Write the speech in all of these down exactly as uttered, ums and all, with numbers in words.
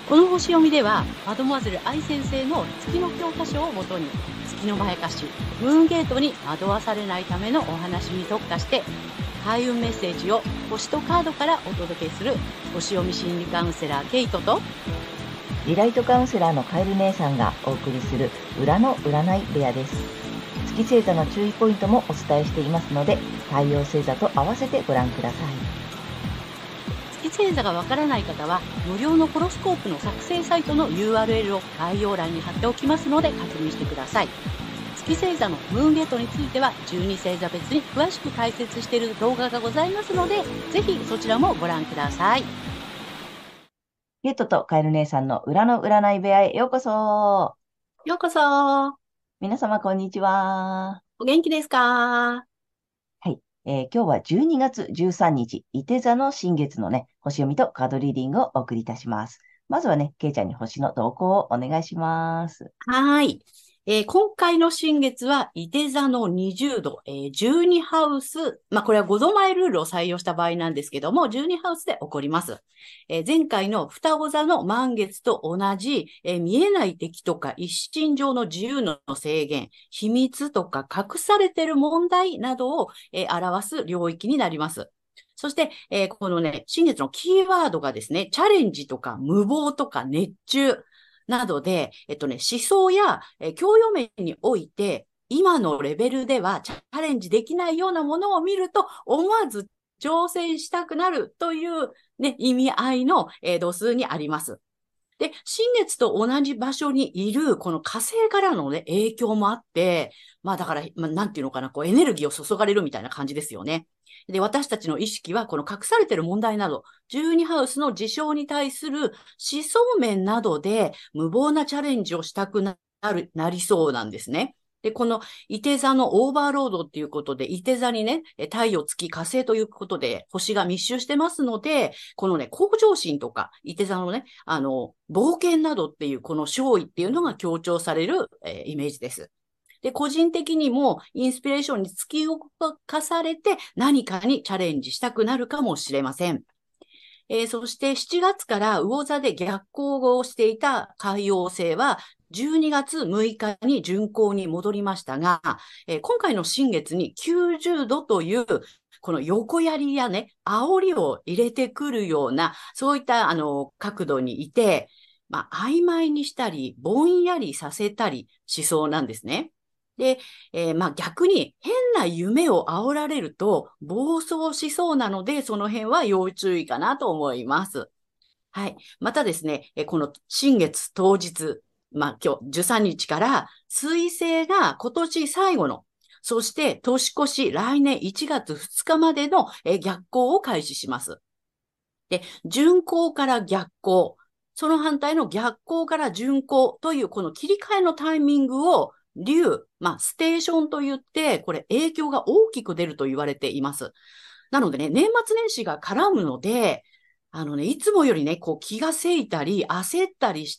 この星読みでは、マドモアゼル愛先生の月の教科書をもとに、月のまやかし、ムーンゲートに惑わされないためのお話に特化して、開運メッセージを星とカードからお届けする星読み心理カウンセラーケイトと、 リライトカウンセラーのカエル姉さんがお送りする裏の占い部屋です。月星座の注意ポイントもお伝えしていますので、太陽星座と合わせてご覧ください。 月星座がわからない方は、無料のホロスコープの作成サイトの ユーアールエル を概要欄に貼っておきますので確認してください。月星座のムーンゲートについては、じゅうに星座別に詳しく解説している動画がございますので、ぜひそちらもご覧ください。 ゲットとカエル姉さんの裏の占い部屋へようこそ。 ようこそ。 皆様こんにちは。 お元気ですか？ はい、えー今日はじゅうにがつじゅうさんにち、いて座の新月のね、星読みとカードリーディングをお送りいたします。まずはね、ケイちゃんに星の動向をお願いします。 はい。えー今回の新月は、いて座のにじゅうど、えーじゅうにハウス、まあ、これはごどまえルールを採用した場合なんですけども、じゅうにハウスで起こります。えー前回の双子座の満月と同じ、えー見えない敵とか一身上の自由の制限、秘密とか隠されている問題などを、えー表す領域になります。そして、えーこのね、新月のキーワードがですね、チャレンジとか無謀とか熱中、などで、えっとね、思想や、えー教養面において、今のレベルではチャレンジできないようなものを見ると、思わず挑戦したくなるという、ね、意味合いの、えー度数にあります。で、新月と同じ場所にいる、この火星からのね、影響もあって、まあだから、まあ、なんていうのかな、こうエネルギーを注がれるみたいな感じですよね。で、私たちの意識は、この隠されている問題など、じゅうにハウスの事象に対する思想面などで無謀なチャレンジをしたくなる、なりそうなんですね。で、この、伊手座のオーバーロードっていうことで、伊手座にね、太陽、月、火星ということで、星が密集してますので、このね、向上心とか、伊手座のね、あの、冒険などっていう、この勝利っていうのが強調される、えーイメージです。で、個人的にもインスピレーションに突き動かされて何かにチャレンジしたくなるかもしれません。えーそしてしちがつから魚座で逆行をしていた海洋星はじゅうにがつむいかに巡行に戻りましたが、えー今回の新月にきゅうじゅうどというこの横槍やね、煽りを入れてくるような、そういったあの角度にいて、まあ、曖昧にしたり、ぼんやりさせたりしそうなんですね。で、えーまあ逆に変な夢を煽られると暴走しそうなので、その辺は要注意かなと思います。はい。またですね、えーこの新月当日、まあ今日じゅうさんにちから水星が今年最後の、そして年越し来年いちがつふつかまでの、えー逆行を開始します。で、順行から逆行、その反対の逆行から順行というこの切り替えのタイミングを竜、まあ、ステーションと言って、これ影響が大きく出ると言われています。なのでね、年末年始が絡むので、あのね、いつもよりね、こう気がせいたり、焦ったりして、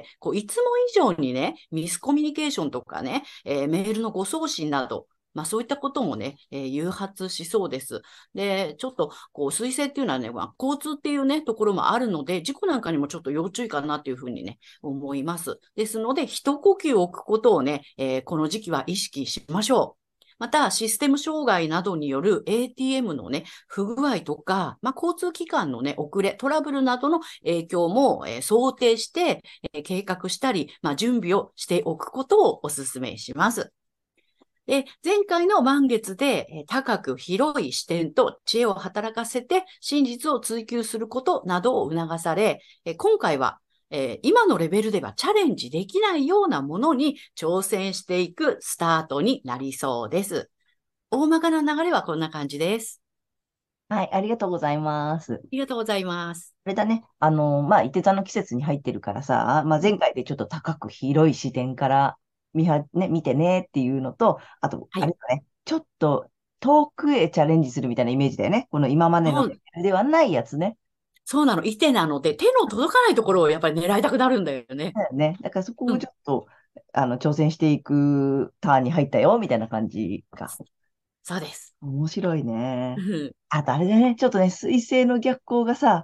こういつも以上にね、ミスコミュニケーションとかね、えーメールの誤送信など、まあそういったこともね、えー誘発しそうです。で、ちょっと、こう、水星っていうのはね、まあ、交通っていうね、ところもあるので、事故なんかにもちょっと要注意かなっていうふうにね、思います。ですので、一呼吸置くことをね、えーこの時期は意識しましょう。また、システム障害などによる エーティーエム のね、不具合とか、まあ、交通機関のね、遅れ、トラブルなどの影響も、えー想定して、えー計画したり、まあ、準備をしておくことをお勧めします。で、前回の満月で、えー高く広い視点と知恵を働かせて真実を追求することなどを促され、えー今回は、えー今のレベルではチャレンジできないようなものに挑戦していくスタートになりそうです。大まかな流れはこんな感じです。 はい、ありがとうございます。 ありがとうございます。 あれだね、あの、まあ、いて座の季節に入ってるからさ、まあ、前回でちょっと高く広い視点から見は、ね、見てねっていうのと、あと、 はい。 あれだね、ちょっと遠くへチャレンジするみたいなイメージだよね。この今までのレそう、 ベルではないやつね。 そうなの。いてなので、手の届かないところをやっぱり狙いたくなるんだよね。 だよね。だからそこをちうん。 ょっと、あの、挑戦していくターンに入ったよ、みたいな感じか。 そうです。 面白いうね。 ん。 あとあれだね、ちょっとね、水星の逆行がさ、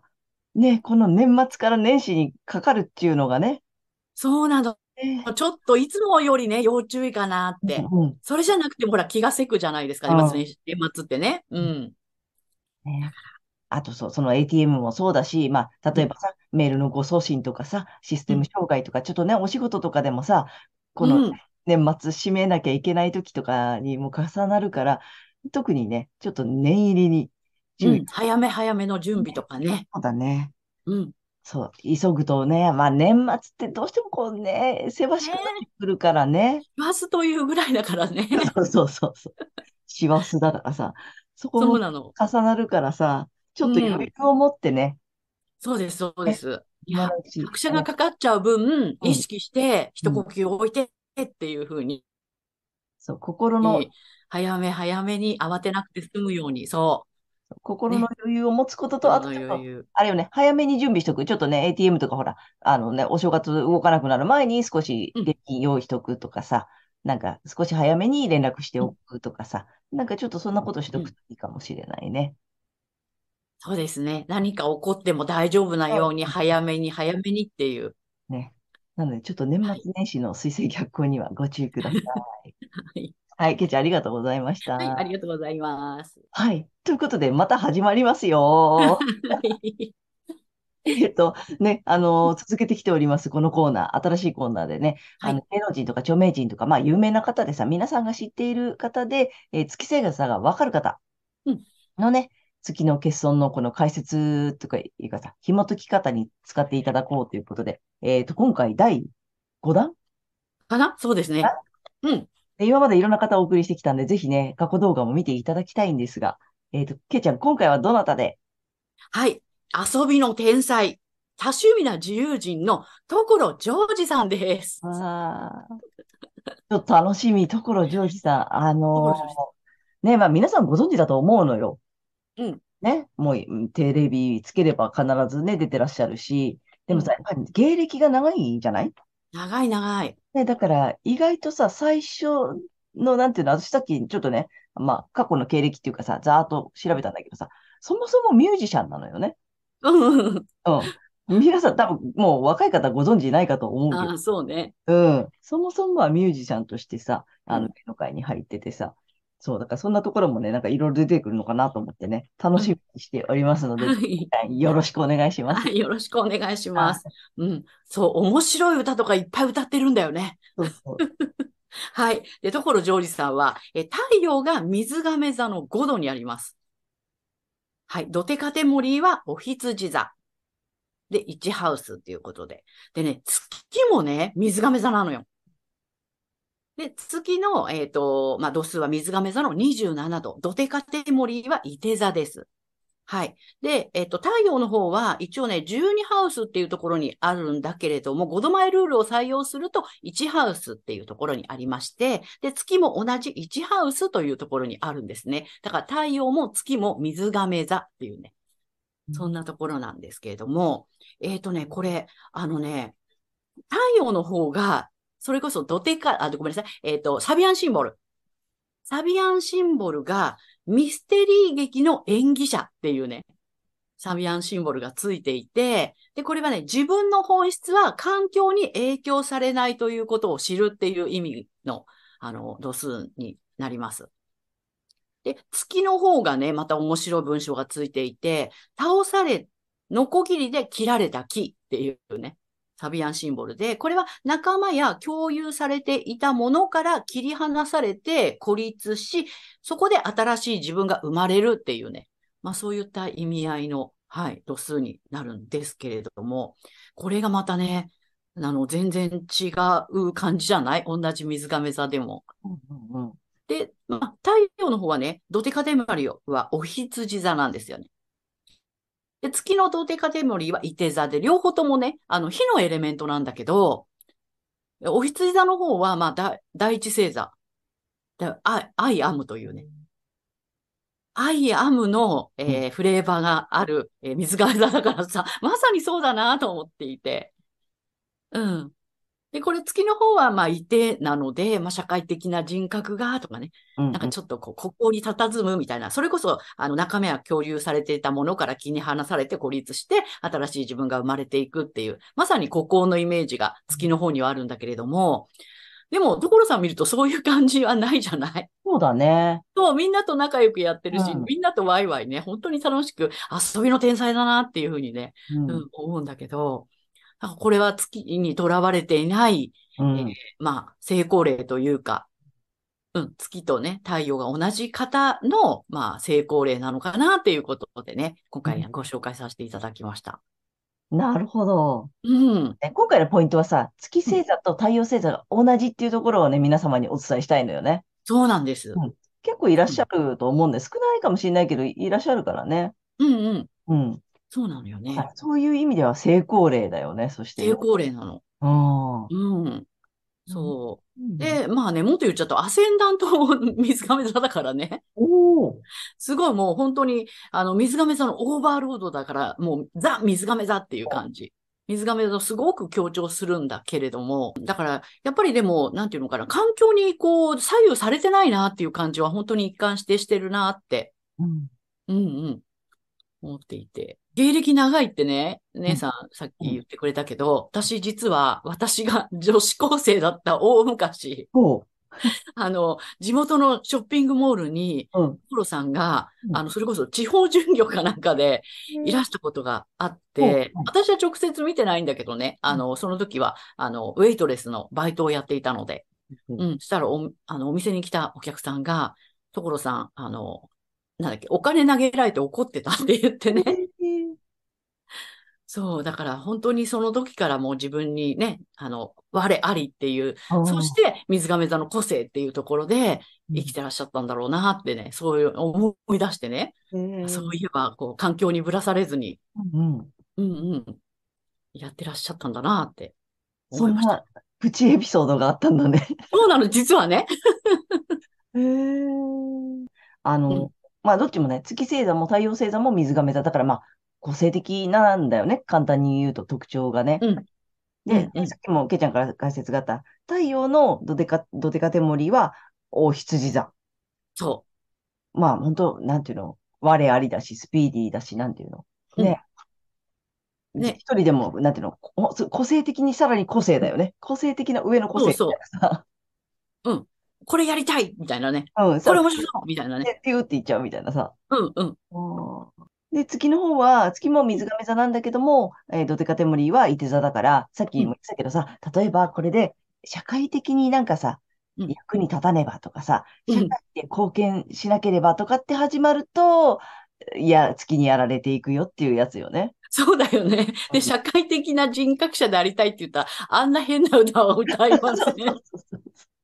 ね、この年末から年始にかかるっていうのがね。 そうなの。 ね、 ちょっといつもよりね、要注意かなっうて。 んうん。 それじゃなくても、ほら、気がせくじゃないですか、年末年始、年末ってね。うん。 ね、あとそう、その エーティーエム もそうだし、まあ、 うん。 例えばさ、メールの誤送信とかさ、システムうん。 障害とか、ちょっとね、お仕事とかでもさ、こうのん。 年末締めなきゃいけない時とかにも重なるから、特にね、ちょっと念入りに注意。 うん。早め早めの準備とかね。 そうだね。 うん。 そう、急ぐとね、まあ年末ってどうしてもこうね、せわしくなってねえ。 くるからね。 師走というぐらいだからね。 そうそうそうそう。師走だからさ、そこもそうなの。 重なるからさ、ちょっと余うん。 裕を持ってね、 そうです、そうでね、 す。い今のや、 うち、 拍車がね、 かかっちゃう分、 うん、 意識して、 うん、 一呼吸置いてっていうふうに、 そう、心の、 早め早めに慌てなくて済むように、そう。 心のね。 余裕を持つことと、 心のあとちょっと、 余裕。 あれよね、早めに準備しとく。ちょっとね、エーティーエム とかほら、あのね、お正月動かなくなる前に少しうん。 現金用意しとくとかさ、なんか少し早めに連絡してうん。 おくとかさ、なんかちょっとそんなことしうん。 とくといいかもしれないね。 そうですね。何か起こっても大丈夫なように、早めに早めにっていう。 ね。なので、ちょっと年はい。 末年始の水星逆行にはご注意ください。 はい。 はい、ケイちゃんありがとうございましはい。あた。 りがとうございます。 はい。ということで、また始まりますよ。 はい。 えっと、ね、あの、続けてきております、このコーナー、新しいコーナーでね、あの、 はい。 芸能人とか著名人とか、まあ、有名な方でさ、皆さんが知っている方で、えー月星座がわかる方うん。 のね、月の欠損のこの解説とかいうかさ、紐解き方に使っていただこうということで、えっと、今回だいごだんかなそうですね。うん。 で今までいろんな方をお送りしてきたんで、ぜひね、過去動画も見ていただきたいんですが、えっと、けいちゃん、今回はどなたで？ はい。遊びの天才、多趣味な自由人の所ジョージさんです。 ああ、ちょっと楽しみ、所ジョージさん。あの所ジョージさーね、まあ皆さんご存知だと思うのよ。 ん。うん。 ね、もううんテレビつければ必ずね、出てらっしゃるし、でうん。 もさ、やっぱり芸歴が長いじゃない？ 長い長い。 ね、だから意外とさ、最初の、なんていうの、私さっきちょっとね、まあ過去の経歴っていうかさ、ざーっと調べたんだけどさ、そもそもミュージシャンなのよね。 うん。 うん。皆さん多分もう若い方ご存知ないかと思うけど、 ああ、そうね。 うん。そもそもはミュージシャンとしてさ、あの、 うん。 芸能界に入っててさ、そう、だからそんなところもね、なんかいろいろ出てくるのかなと思ってね、楽うん。 しみにしておりますので、ぜはい。 ひよろしくお願いします。 はい。よろしくお願いします。 あ、 うん。そう、面白い歌とかいっぱい歌ってるんだよね。 そうそう。 はい。で、所ジョージさんは、え、太陽が水亀座のごどにあります。はい。ドテカテモリーはお羊座。で、いちハウスっていうことで。でね、月もね、水亀座なのよ。で、月の、えっと、まあ、度数は水亀座のにじゅうななど。ドテカテモリーは伊手座です。はい。で、えっと、太陽の方は、一応ね、じゅうにハウスっていうところにあるんだけれども、ごどまえルールを採用すると、いちハウスっていうところにありまして、で、月も同じいちハウスというところにあるんですね。だから太陽も月も水亀座っていうね、そんなところなんですけれども、えっとね、これ、あのね、太陽の方が、それこそドテカ、あ、ごめんなさい、えっと、サビアンシンボル。サビアンシンボルがミステリー劇の演技者っていうね、サビアンシンボルがついていて、で、これはね、自分の本質は環境に影響されないということを知るっていう意味の、あの、度数になります。で、月の方がね、また面白い文章がついていて、倒され、ノコギリで切られた木っていうね、サビアンシンボルで、これは仲間や共有されていたものから切り離されて孤立し、そこで新しい自分が生まれるっていうね、まあそういった意味合いの、はい、度数になるんですけれども、これがまたね、あの、全然違う感じじゃない？同じ水亀座でも。 うんうんうん。 で、まあ、太陽の方はね、ドテカテモリはお羊座なんですよね。で、月のドテカテモリは射手座で、両方ともね、あの、火のエレメントなんだけど、お羊座の方は、まあ、だ第一星座。でアアイアムというね、アイアムの、 うん、 えーフレーバーがある、えー水亀座だからさ、まさにそうだなと思っていて。うん。 で、これ月の方は、まあ、いてなので、まあ、社会的な人格が、とかね、 うんうん。 なんかちょっとこう、ここに佇むみたいな、それこそ、あの、中身は共有されていたものから切り離されて孤立して、新しい自分が生まれていくっていう、まさに孤高のイメージが月の方にはあるんだけれども、でも、所さん見るとそういう感じはないじゃない。 そうだね。 そう、みんなと仲良くやってるし、 うん。 みんなとワイワイね、本当に楽しく、遊びの天才だなっていうふうにね、 うん。 うん、思うんだけど、なんかこれは月にとらわれていない、えーうん。 まあ、成功例というか、うん、月とね、太陽が同じ方の、まあ、成功例なのかなっていうことでね、今回ご紹介させていただきました。 なるほど。 うん。 ね今回のポイントはさ、月うん、 星座と太陽星座が同じっていうところをね、皆様にお伝えしたいのよね。 そうなんです。 うん。結構いらっうん、 しゃると思うんで、少ないかもしれないけど、いらっしゃるからね。 うん、うん。 うん。 そうなのよね。 はい、そういう意味では成功例だよね、そして成ね。 功例なの。 うん。ううん。 ん。 そう。 うんで、まあね、もっと言っちゃうと、アセンダント水亀座だからね。 おお。 すごいもう本当に、あの、水亀座のオーバーロードだから、もうザ・水亀座っていう感じ。水亀座をすごく強調するんだけれども、だから、やっぱりでも、なんていうのかな、環境にこう、左右されてないなっていう感じは本当に一貫してしてるなって、 うん。 うんうん、思っていて。芸歴長いってね、 うん。 姉さんさっきうん。 言ってくれたけど、私実は、私が女子高生だった大昔、 そあの、地元のショッピングモールに、 う。うん。 コロさんが、 うん。 あの、それこそ地方巡業かなんかでいらしたことがあっそう。 て、 うん。 私は直接見てないんだけどね、あの、その時は、あの、ウェイトレスのバイトをやっていたので、 うん。 うん、したらお、あの、お店に来たお客さんが、所さん、あの、なんだっけ、お金投げられて怒ってたって言ってね、そう、だから本当にその時からもう自分にね、あの、我ありっていう、 ああ。 そして水亀座の個性っていうところでうん。 生きてらっしゃったんだろうなってね、そういう思い出してね、 へそういええ。 ばこう環境にぶらされずに、 うんうん。 うんうん、やってらっしゃったんだなって思いました。 そんなプチエピソードがあったんだね。 そうなの、実はね。 へえ。あうん、 の、まあ、どっちもね、月星座も太陽星座も水亀座だから、まあ、個性的なんだよね。簡単に言うと特徴がね。 うん、うで、 ん、うん。 さっきもけいちゃんから解説があった、太陽のドデカ、ドデカテモリは、お羊座。 そまあ、本当なんていうの、我ありだし、スピーディーだし、なんていうの。 う。うん、 ね。じね。 一人でも、なんていうの、こ個性的にさらに個性だよね。個性的な上の個性みたいそうそなさ。 う。うん。これやりたいみたいなね。 うん、さ、 これ面白そうみたいなね。 でピューって言っちゃうみたいなさ。 うん、うん、 うんで、月の方は、月も水亀座なんだけども、えードデカテモリーは伊手座だから、さっきうん、 も言ってたけどさ、例えばこれで社会的になんかさ、 うん、 役に立たねばとかさ、 うん。 社会で貢献しなければとかって始まると、いや、月にやられていくよっていうやつよね。 そうだよね。で、 うん。 社会的な人格者でありたいって言ったら、あんな変な歌を歌いません。 そうそうそうそう。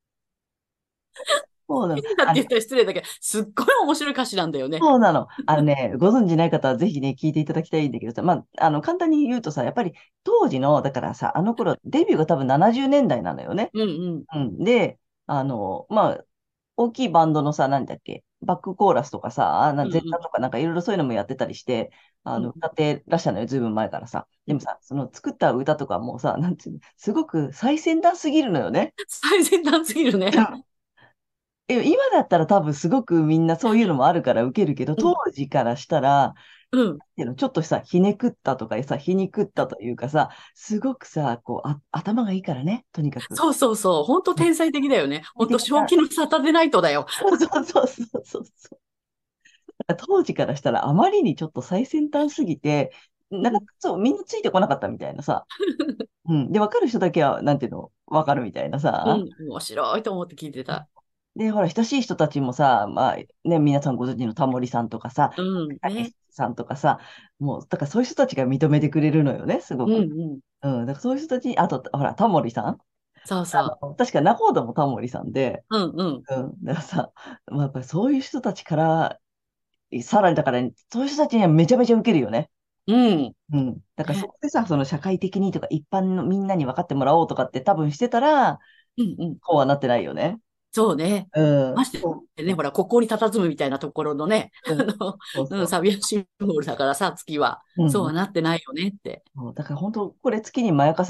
そうなの。 変だってあの、 言ったら失礼だけど、すっごい面白い歌詞なんだよね。 そうなの。あのね、ご存知ない方はぜひね、聞いていただきたいんだけどさ、まあ、あの、簡単に言うとさ、やっぱり当時の、だからさ、あの頃、デビューが多分ななじゅうねんだいなのよね。 うんうん。 うん。で、あの、まあ、大きいバンドのさ、なんだっけ、バックコーラスとかさ、なうん前座とかなんかいろいろそういうのもやってたりして、あの、 うん。 歌ってらっしゃるのよ、ずいぶん前からさ。 うん。 でもさ、その作った歌とかもさ、なんていうの、すごく最先端すぎるのよね。 最先端すぎるね。 え今だったら多分すごくみんなそういうのもあるから受けるけど、当うん。 時からしたら、 うん。 ていうのちょっとさ、ひねくったとかさ、皮肉ったというかさ、すごくさ、こう、あ、頭がいいからね、とにかく。 そうそうそう。本当天才的だよね。本当正的な、 気の沙汰でないとだよ。 そうそうそうそうそうそう。当時からしたらあまりにちょっと最先端すぎて、なんか、そう、みんなついてこなかったみたいなさ。うん。で、わかる人だけは、なんていうの、わかるみたいなさ。 うん。面白いと思って聞いてた。 で、ほら、親しい人たちもさ、まあ、ね、皆さんご存知のタモリさんとかさ、 うん。ね。 たけしさんとかさ、もう、だからそういう人たちが認めてくれるのよね、すごく。 うんうん。 うん。だからそういう人たちに、あと、ほら、タモリさんそうそう。 あの、確か仲人もタモリさんで、 うんうん。 うん。だからさ、まあ、やっぱりそういう人たちから、さらにだから、そういう人たちにはめちゃめちゃ受けるよね。 うん。 うん。だからそね。 こでさ、その社会的にとか一般のみんなに分かってもらおうとかって多分してたら、 うんうん。 こうはなってないよね。 そうね。 うん。 ましてね、ほら、ここに佇むみたいなところのね、 うん。 あの、うん、 そうそサビアシンボルだからさ、月は。 う。うん。 そうはなってないよねって。 そうだから本当、これ月にまやかされ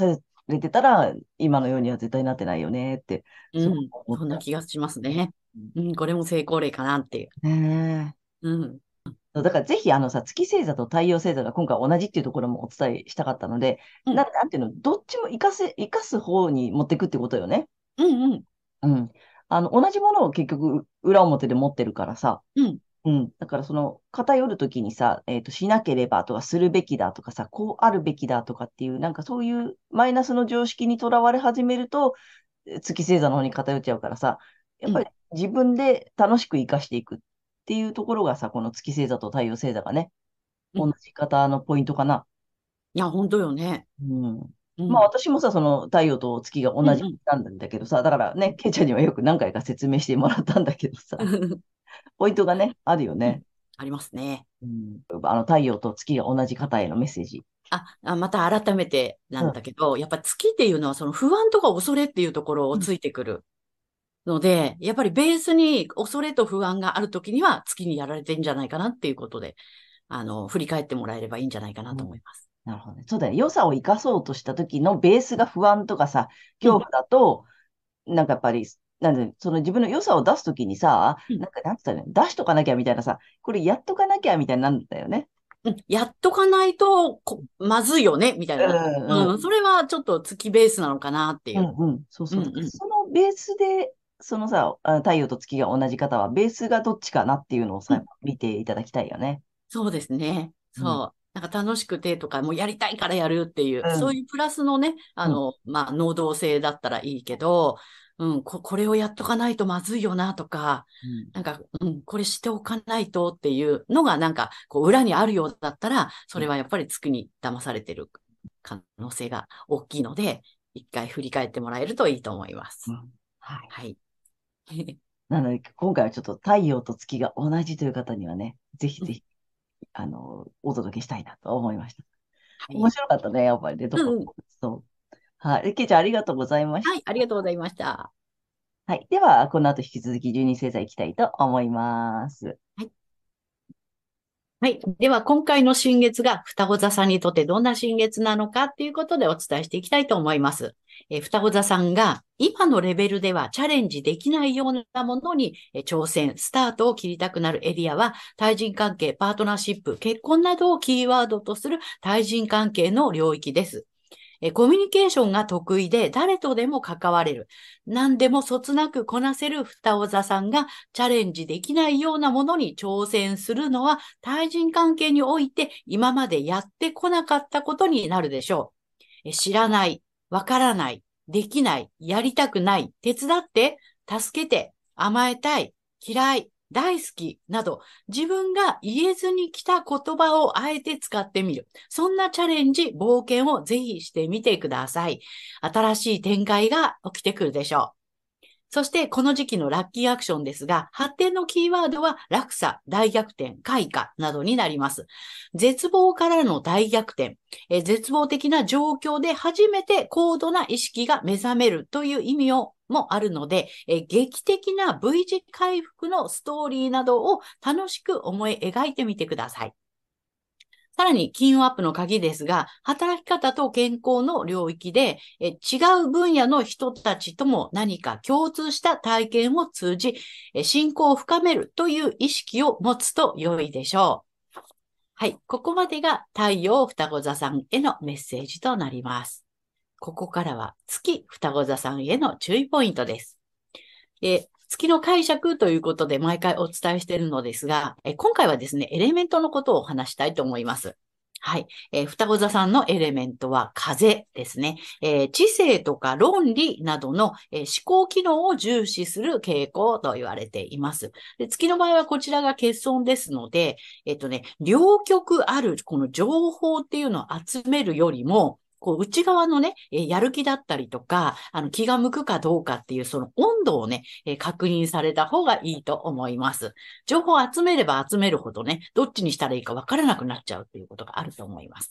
れてたら、今のようには絶対なってないよねって、すごくうん。そんな思った。 気がしますね。うん、これも成功例かなっていう。 ねえ。 うん。 そうだからぜひあのさ、月星座と太陽星座が今回同じっていうところもお伝えしたかったので、な、 うん。 なんていうの、どっちも活かせ、活かす方に持っていくってことよね。 うん。うん。 うん。あの、同じものを結局裏表で持ってるからさ、 うん。 うん。だからその偏るときにさ、えっと、しなければとかするべきだとかさ、こうあるべきだとかっていう、なんかそういうマイナスの常識にとらわれ始めると、え月星座の方に偏っちゃうからさ、やっうん。 ぱり自分で楽しく生かしていくっていうところがさ、この月星座と太陽星座がね、 うん。 同じ方のポイントかな。 いや、本当よね。 うん。まあうん。 私もさ、その太陽と月が同うん。 じうん。 なんだけどさ、だからね、ケイちゃんにはよく何回か説明してもらったんだけどさ、ポイントがね、あるようん。 ね。 ありますね。 うん。あの太陽と月が同じ方へのメッセージ。 あ、あ、また改めてなんうん。 だけど、やっぱ月っていうのはその不安とか恐れっていうところをうん。 ついてくるので、やっぱりベースに恐れと不安があるときには月にやられてんじゃないかなっていうことで、あの、振り返ってもらえればいいんじゃないかなうん。 と思います。 なるほどね。そうだよね。良さを生かそうとした時のベースが不安とかさ、 うん。 恐怖だと、なんかやっぱり、なんで、その自分の良さを出すときにさ、 うん。 なんか、なんつったらいいの、出しとかなきゃみたいなさ、これやっとかなきゃみたいになるんだよね。 うん、やっとかないとこ、まずいよね、みたいうな。うん、 んうん。 それはちょっと月ベースなのかなっていう。 うんうん。そうそう。 うんうん。 そのベースで、そのさ、あ太陽と月が同じ方は、ベースがどっちかなっていうのをさ、 うん、 見ていただきたいよね。 そうですね。 うん。 そう。なんか楽しくてとか、もうやりたいからやるっていう、 うん。 そういうプラスのね、あうん。 の、まあ、能動性だったらいいけど、うん、こ、これをやっとかないとまずいよなとか、 うん。 なんか、うん、これしておかないとっていうのが、なんか、こう、裏にあるようだったら、それはやっぱり月に騙されてる可能性が大きいので、一回振り返ってもらえるといいと思います。 うん。はい。 はい。 なので、今回はちょっと太陽と月が同じという方にはね、ぜひぜひ、あの、お届けしたいなと思いました。面はい。 白かったね、やっぱりね、ところ。 うんうん。 そう。はい。けいちゃん、ありがとうございましはい、ありがた。 とうございました。 はい。では、この後引き続きじゅうに星座いきたいと思います。 はい。はい。では、今回の新月が双子座さんにとってどんな新月なのかっていうことでお伝えしていきたいと思います。えー双子座さんが今のレベルではチャレンジできないようなものにえー挑戦、スタートを切りたくなるエリアは、対人関係、パートナーシップ、結婚などをキーワードとする対人関係の領域です。えコミュニケーションが得意で誰とでも関われる。何でもそつなくこなせる双子座さんがチャレンジできないようなものに挑戦するのは対人関係において今までやってこなかったことになるでしょう。え知らない、わからない、できない、やりたくない、手伝って、助けて、甘えたい、嫌い、大好きなど自分が言えずに来た言葉をあえて使ってみる。そんなチャレンジ、冒険をぜひしてみてください。新しい展開が起きてくるでしょう。そして、この時期のラッキーアクションですが、発展のキーワードは落差、大逆転、開花などになります。絶望からの大逆転、え絶望的な状況で初めて高度な意識が目覚めるという意味をもあるので、え劇的な V 字回復のストーリーなどを楽しく思い描いてみてください。さらに、金運アップの鍵ですが、働き方と健康の領域で、え違う分野の人たちとも何か共通した体験を通じ、え信仰を深めるという意識を持つと良いでしょう。はい。ここまでが太陽双子座さんへのメッセージとなります。ここからは月双子座さんへの注意ポイントです。え月の解釈ということで毎回お伝えしているのですが、え今回はですね、エレメントのことをお話したいと思います。はい。えー、双子座さんのエレメントは風ですね。えー知性とか論理などの、えー思考機能を重視する傾向と言われています。で、月の場合はこちらが欠損ですので、えっとね、両極あるこの情報っていうのを集めるよりも、こう内側のね、えーやる気だったりとか、あの気が向くかどうかっていうその温度をね、えー確認された方がいいと思います。情報を集めれば集めるほどね、どっちにしたらいいか分からなくなっちゃうっていうことがあると思います。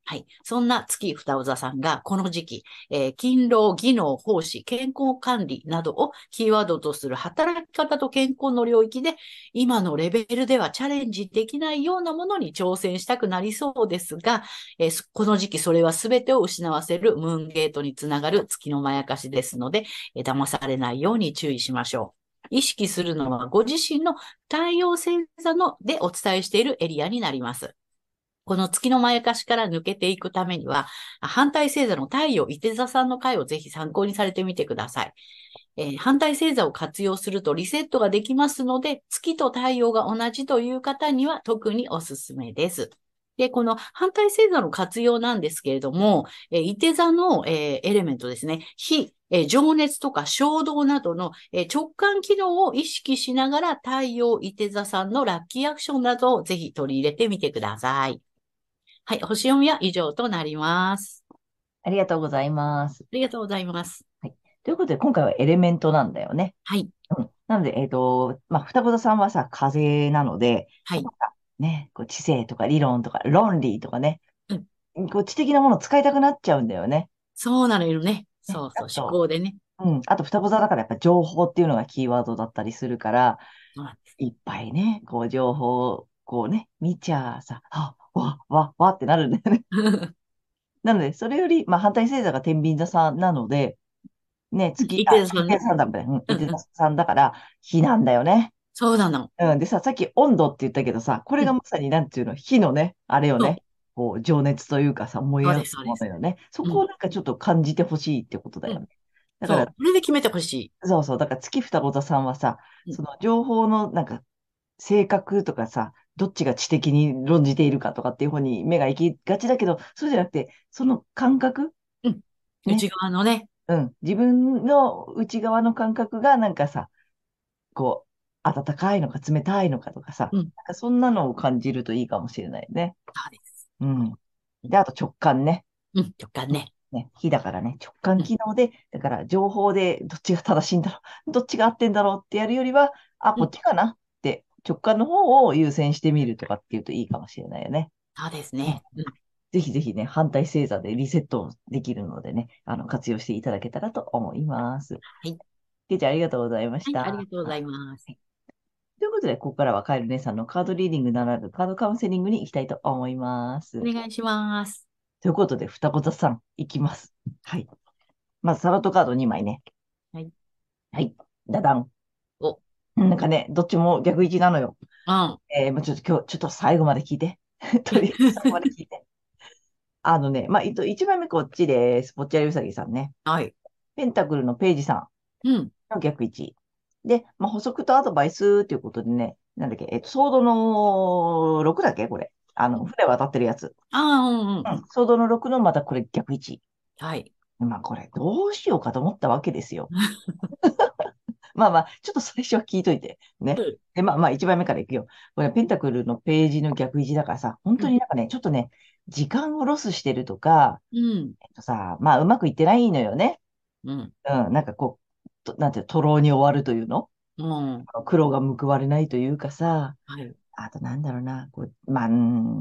はい。そんな月双座さんがこの時期、えー勤労、技能、奉仕、健康管理などをキーワードとする働き方と健康の領域で、今のレベルではチャレンジできないようなものに挑戦したくなりそうですが、えーこの時期それは全てを失わせるムーンゲートにつながる月のまやかしですので、えー騙されないように注意しましょう。意識するのはご自身の太陽星座のでお伝えしているエリアになります。この月のまやかしから抜けていくためには、反対星座の太陽、伊手座さんの回をぜひ参考にされてみてください。えー反対星座を活用するとリセットができますので、月と太陽が同じという方には特におすすめです。で、この反対星座の活用なんですけれども、えー、伊手座の、えーエレメントですね。火、えー情熱とか衝動などの、えー直感機能を意識しながら太陽伊手座さんのラッキーアクションなどをぜひ取り入れてみてください。はい、星読みは以上となります。 ありがとうございます。 ありがとうございます。 はい。ということで、今回はエレメントなんだよね。 はい、 うん。なので、えっと、まあ、双子座さんはさ、風なので、 はい。 やっぱね、こう知性とか理論とか論理とかね、 うん、 こう知的なものを使いたくなっちゃうんだよね。 そうなのよね。 ね。 そうそう、思あと、 考でね。 うん。あと、双子座だからやっぱ情報っていうのがキーワードだったりするから、 そうなんです。 いっぱいね、こう情報をこうね、見ちゃあさ、あ、わ、わ、わってなるんだよね。なので、それより、まあ、反対星座が天秤座さんなので、ね、月、 伊あ、伊手座さんね。 手座さんだ、うん、伊手座うんうん。 さんだから、火なんだよね。 そうなの。 うん。でさ、さっき温度って言ったけどさ、これうん、 がまさになんていうの、火のね、あれよそう。 ね。こう、情熱というかさ、燃えそうです、 上がるそうです。 ものよね。そうん、 こをなんかちょっと感じてほしいってことだうん。 よね。だから、 そう。これで決めてほしい。 そうそう。だから月双子座さんはさ、 うん、 その情報のなんか性格とかさ、どっちが知的に論じているかとかっていう方に目が行きがちだけど、そうじゃなくて、その感覚、 うん。 ね。 内側のね。 うん。自分の内側の感覚がなんかさ、こう、温かいのか冷たいのかとかさ、 うん。 なんかそんなのを感じるといいかもしれないね。 そうです。 うん。 うん、 で、あと直感ね。 うん、直感ね。 ね、火だからね、直感うん、 機能で、だから情報でどっちが正しいんだろう、どっちが合ってんだろうってやるよりは、あ、 うん。 こっちかなって直感の方を優先してみるとかっていうといいかもしれないよね。 そうですうん。 ね。うん。 ぜひぜひね、反対星座でリセットできるのでね、あの、活用していただけたらと思います。 はい。 けいちゃん、ありがとうございましはい、ありた。 がとうございます。 ということで、ここからはカエル姉さんのカードリーディングならぬカードカウンセリングに行きたいと思います。 お願いします。 ということで、双子座さん、いきます。はい。まず、タロットカードにまいね。 はい。 はい。ダダン。 お、 なんかね、どっちも逆位置なのよ。 うん。 えー、もうちょっと今日、ちょっと最後まで聞いて。とりあえず最後まで聞いて。あのね、まあ、えっと、いちまいめこっちです。ぽっちゃりうさぎさんね。 はい。 ペンタクルのページさうん。 んの逆位置。で、まあ、補足とアドバイスということでね、なんだっけ、えっと、ソードのろくだっけこれ。あの、船渡ってるやつ。 ああ、うんうん。 うん。ソードのろくのまたこれ逆位置。 はい。 まあ、これどうしようかと思ったわけですよ。まあまあ、ちょっと最初は聞いといて。ね。 うん。 で、まあまあ、一番目からいくよ。これ、ペンタクルのページの逆位置だからさ、本うん。 当になんかね、ちょっとね、時間をロスしてるとか、 うん。 えっとさ、まあ、うまくいってないのよね。 うん。 うん、なんかこう、となんていうの、徒労に終わるというのうん。 苦労が報われないというかさ、 はい。 あとなんだろうな、こう、まあ、うん、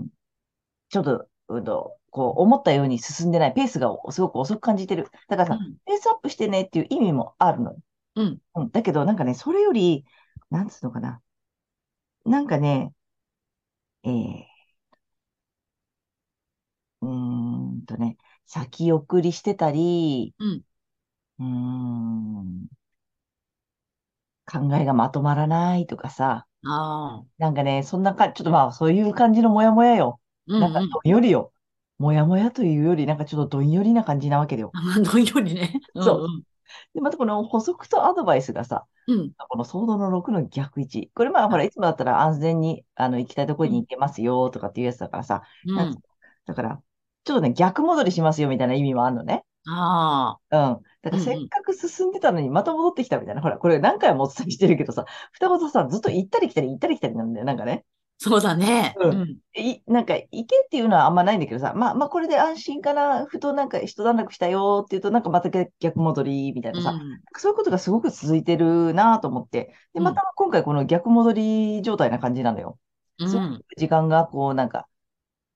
ちょっと、うんと、こう、思ったように進んでない、ペースがすごく遅く感じてる。だからさ、 うん。 ペースアップしてねっていう意味もあるのよ。 うん。 うん、だけど、なんかね、それより、なんつうのかな。なんかね、えー、うーんとね、先送りしてたり、 うん。 うーん、考えがまとまらないとかさ、 ああ。 なんかね、そんなか、ちょっとまあ、そういう感じのモヤモヤよ。なんか、 うんうん。 どんよりよ。モヤモヤというより、なんかちょっとどんよりな感じなわけだよ。 あ、どんよりね。うそう。 んで、またこの補足とアドバイスがさ、 うん。うん。 このソードのろくの逆位置。これまあ、ほら、いつもだったら安全に、あの、行きたいところにうん。 行けますよとかっていうやつだからさ、なんかうん。 だから、ちょっとね、逆戻りしますよみたいな意味もあるのね。 ああ。 うん。だからせっうんうん。 かく進んでたのにまた戻ってきたみたいな。ほら、これ何回もお伝えしてるけどさ、双子とさ、ずっと行ったり来たり行ったり来たりなんだよ。なんかね。 そうだね。 うん。 うん。 い、なんか、行けっていうのはあんまないんだけどさ、まあまあこれで安心かな、ふとなんか一段落したよっていうと、なんかまた逆戻りみたいなさ、 うん。 そういうことがすごく続いてるなと思って、で、 うん。 また今回この逆戻り状態な感じなのよ。すごくうん。 時間がこうなんか、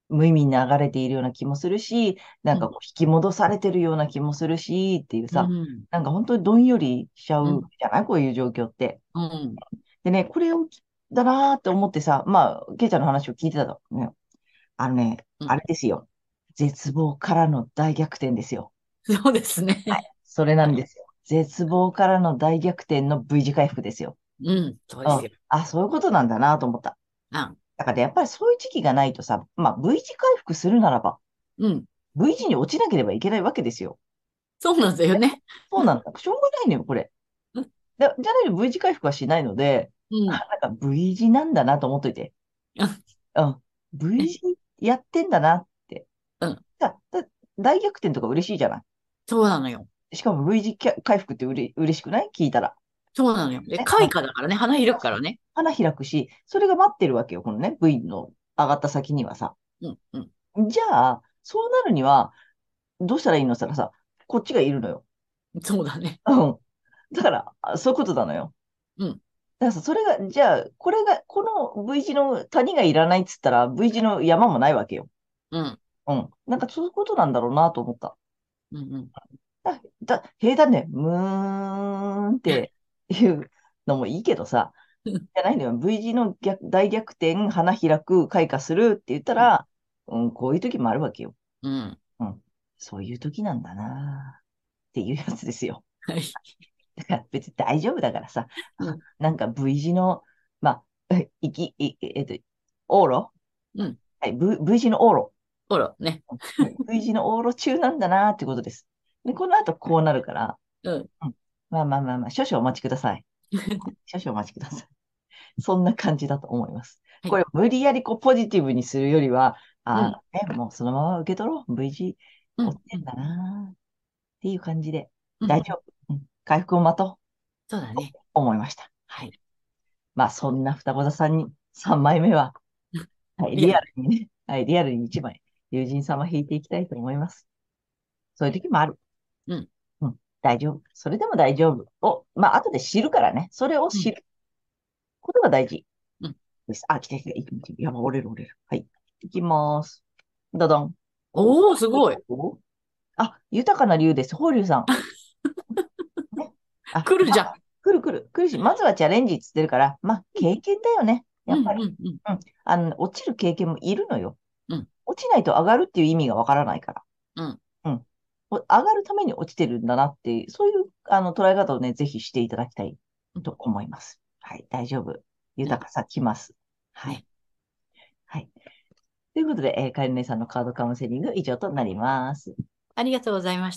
無意味に流れているような気もするし、なんうん、 かこう引き戻されてるような気もするし、っていううさ、 ん、 なんか本当にどんよりしちゃうん、 うじゃないこういう状況って。 うん、 でね、これを、だなーって思ってさ、まあ、ケイちゃんの話を聞いてたのね。あのね、 うん。 あれですよ。絶望からの大逆転ですよ。 そうですね。 それなはい。 んですよ。絶望からの大逆転の V 字回復ですよ。 うん、そううん。 ですよ。 あ、そういうことなんだなと思った。 あ、 だからねやっぱりそういう時期がないとさ、まあ V 字回復するならば、 うん、 V 字に落ちなければいけないわけですよ。 そうなんだよね。 そうなんだ。しょうがないのよ、これ。 うん、 だじゃないと V 字回復はしないので、あ、 うん、 なんか V 字なんだなと思っといて。うん。V 字やってんだなって。 うん、 だ、だ大逆転とか嬉しいじゃない。 そうなのよ。 しかも V 字回復ってうれ嬉しくない聞いたら。 そうなのよ。で、 ね、 開花だからね、花開くからね。 花開くし、それが待ってるわけよ、このね、V の上がった先にはさ。 うん、うん、 じゃあ、そうなるには、どうしたらいいのったらさ、こっちがいるのよ。 そうだね。 うん。だから、あそういうことなのよ。 うん、 だからさ、それが、じゃあ、これが、この V 字の谷がいらないっつったら、V 字の山もないわけよ。 うん、 うん。なんかそういうことなんだろうなと思った。 うん、うん。 だ、だ、平坦ね、むーんっていうのもいいけどさ、じゃないのよ。V 字の逆大逆転、花開く、開花するって言ったうん、 ら、うん、こういう時もあるわけよ。 うん。 うん。そういう時なんだなっていうやつですよ。 はい。 だから別に大丈夫だからさ、あうん、 なんか V 字の、まあ、えいき、い、えっと、往路うん。 はい、V、V 字の往路。 ほら、ね。 はい V 字の往路中なんだなってことです。で、この後こうなるから、 うん。 うん、まあまあまあまあ、少々お待ちください。少々お待ちください。そんな感じだと思います。 はい。 これ、無理やりこうポジティブにするよりは、 うん、 あーね、もうそのまま受け取ろう。V 字うん、うん、 落ちてんだなっていう感じで、 うん。 大丈夫。うん、回復を待とうとそうだね。 思いました。はい。 はい。 まあ、そんな双子座さんにさんまいめは、はい、リアリアル。 ルにね、はい、リアルにいちまい、友人様引いていきたいと思います。そういう時もある。 うん、 うん、大丈夫。それでも大丈夫。を、まあ、後で知るからね。それをうん、 知ることが大事うん。 です。あ、来て来て、いくいくやば、折れる折れる。はい。いきます。どどん。お、 おー、すごい。 おあ、豊かな竜です。法隆さん。ね。あ、まあ、 来るじゃん。 来る来る。来るし、まずはチャレンジって言ってるから、まあ、経験だよね。 うん、 やっぱり。 うん、うん、 うん。あの、落ちる経験もいるのよ。 うん、 落ちないと上がるっていう意味がわからないから。 うん。 うん。お上がるために落ちてるんだなっていう、そういうあの捉え方をね、ぜひしていただきたいうん、 と思います。はい。大丈夫。 うん。 豊かさ来ます。はい。 ね。 はい。ということで、えー、かえる姉さんのカードカウンセリング以上となります。 ありがとうございました。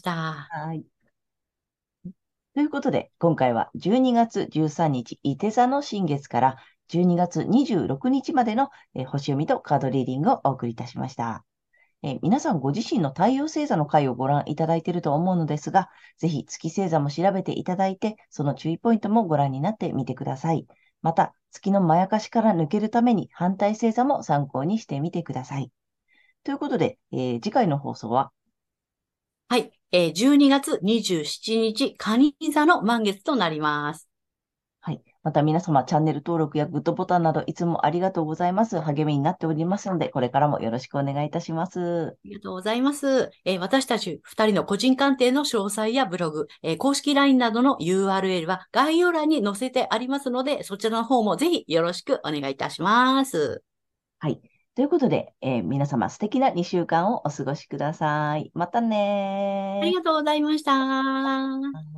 はい。ということで、今回はじゅうにがつじゅうさんにち、伊手座の新月からじゅうにがつにじゅうろくにちまでの、えー星読みとカードリーディングをお送りいたしました。えー皆さんご自身の太陽星座の回をご覧いただいていると思うのですが、ぜひ月星座も調べていただいて、その注意ポイントもご覧になってみてください。また、月のまやかしから抜けるために反対星座も参考にしてみてください。ということで、えー次回の放送ははい。えー、じゅうにがつにじゅうしちにち、蟹座の満月となります。 はい。また皆様、チャンネル登録やグッドボタンなどいつもありがとうございます。励みになっておりますので、これからもよろしくお願いいたします。 ありがとうございます。えー私たちふたりの個人鑑定の詳細やブログ、えー公式 ライン などの ユーアールエル は概要欄に載せてありますので、そちらの方もぜひよろしくお願いいたします。 はい。ということで、えー皆様素敵なにしゅうかんをお過ごしください。またねー。 ありがとうございました。